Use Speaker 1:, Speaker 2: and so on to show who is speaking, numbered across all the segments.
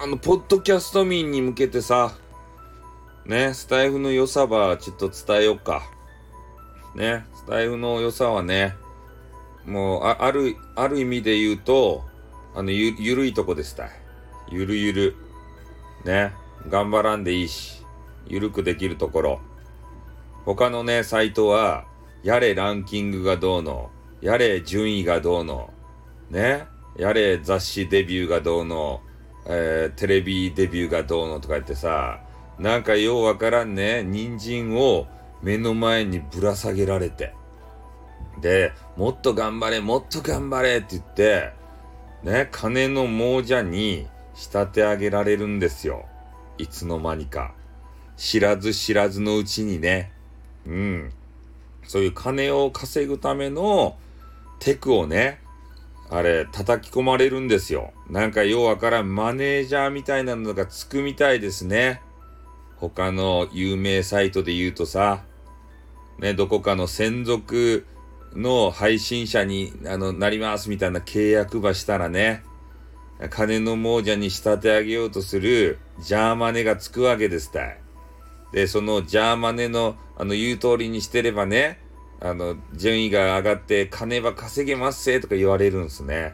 Speaker 1: ポッドキャスト民に向けてさ、ね、スタイフの良さばちょっと伝えようか。ね、スタイフの良さはね、もう、ある意味で言うと、ゆるいとこですたい。ゆるゆる。ね、頑張らんでいいし、ゆるくできるところ。他のね、サイトは、やれランキングがどうの、やれ順位がどうの、ね、やれ雑誌デビューがどうの、テレビデビューがどうのとか言ってさ、なんかようわからんね、人参を目の前にぶら下げられて、で、もっと頑張れ、もっと頑張れって言って、ね、金の亡者に仕立て上げられるんですよ。いつの間にか。知らず知らずのうちにね、そういう金を稼ぐためのテクをね、叩き込まれるんですよ。なんかようわからんマネージャーみたいなのがつくみたいですね。他の有名サイトで言うとさ、ね、どこかの専属の配信者になりますみたいな契約ばしたらね、金の亡者に仕立て上げようとするジャーマネがつくわけですたい。で、そのジャーマネの言う通りにしてればね、順位が上がって金ば稼げますせとか言われるんですね。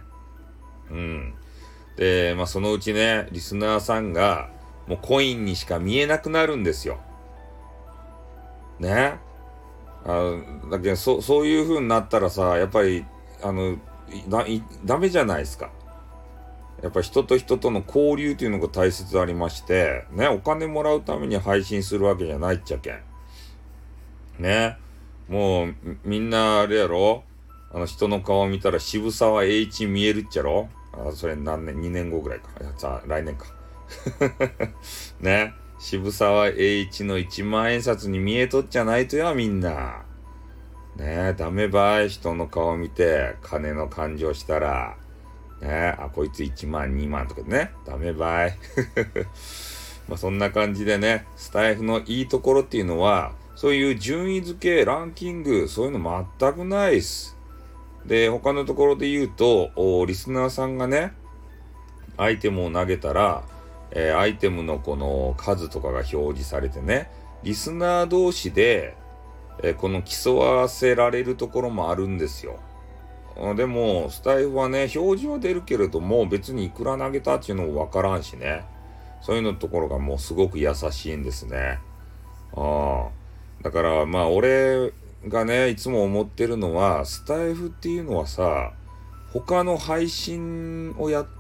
Speaker 1: で、そのうちね、リスナーさんがもうコインにしか見えなくなるんですよ。ね。だけどそういう風になったらさ、やっぱりダメじゃないですか。やっぱ人と人との交流というのが大切ありまして、ね、お金もらうために配信するわけじゃないっちゃけん。ね。もう、みんなあれやろ、人の顔見たら渋沢栄一見えるっちゃろ。それ何年 ?2 年後ぐらいか。来年か。ね。渋沢栄一の1万円札に見えとっちゃないとや、みんな。ね、ダメばい。人の顔見て、金の感情したら。ね、こいつ1万、2万とかね。ダメばい。そんな感じでね、スタイフのいいところっていうのは、そういう順位付け、ランキング、そういうの全くないっす。で、他のところで言うと、リスナーさんがね、アイテムを投げたら、アイテムのこの数とかが表示されてね、リスナー同士で、この競わせられるところもあるんですよ。でも、スタイフはね、表示は出るけれども、別にいくら投げたっていうのもわからんしね。そういうのところがもうすごく優しいんですね。だから俺がね、いつも思ってるのは、スタイフっていうのはさ、他の配信をやって、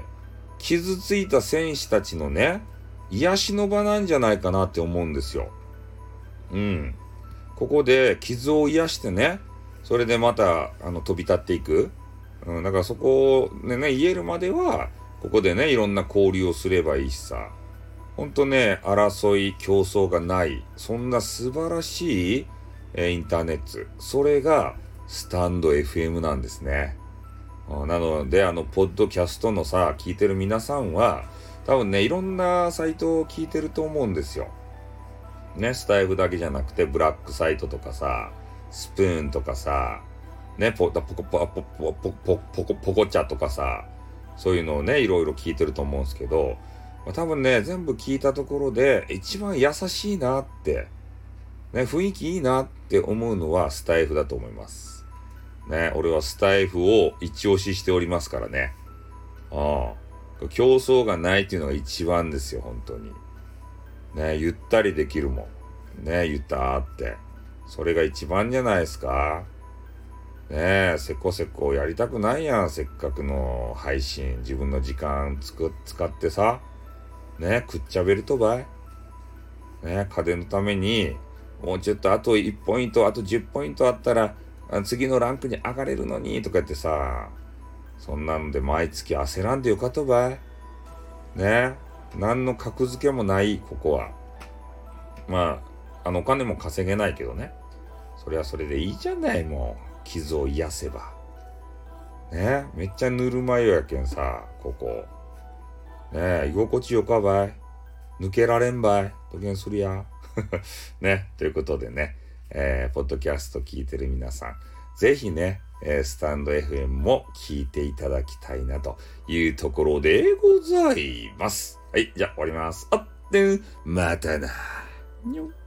Speaker 1: 傷ついた選手たちのね、癒しの場なんじゃないかなって思うんですよ。ここで傷を癒してね、それでまた、飛び立っていく。だからそこでね、言えるまでは、ここでね、いろんな交流をすればいいしさ。ほんとね、争い、競争がない。そんな素晴らしい、インターネット。それが、スタンド FM なんですね。なので、ポッドキャストのさ、聞いてる皆さんは、多分ね、いろんなサイトを聞いてると思うんですよ。ね、スタイフだけじゃなくて、ブラックサイトとかさ、スプーンとかさ、ね、ポコチャとかさ、そういうのをね、いろいろ聞いてると思うんですけど、多分ね、全部聞いたところで、一番優しいなって、ね、雰囲気いいなって思うのはスタイフだと思います。ね、俺はスタイフを一押ししておりますからね。競争がないっていうのが一番ですよ、本当に。ね、ゆったりできるもん。ね、ゆったーって。それが一番じゃないですか。ねえ、せこせこやりたくないやん、せっかくの配信。自分の時間使ってさ。ね、くっちゃべるとばい。ね、家電のために、もうちょっとあと1ポイント、あと10ポイントあったら、次のランクに上がれるのに、とか言ってさ、そんなので毎月焦らんでよかとばい。ね、何の格付けもない、ここは。お金も稼げないけどね。それはそれでいいじゃない、もう。傷を癒せば。ね、めっちゃぬるま湯やけんさ、ここ。ね、居心地よかばい。抜けられんばい。とけんするや。ね、ということでね、ポッドキャスト聞いてる皆さん、 ぜひね、スタンド FM も聞いていただきたいなというところでございます。はい、じゃあ終わります。あってん、またな。にょ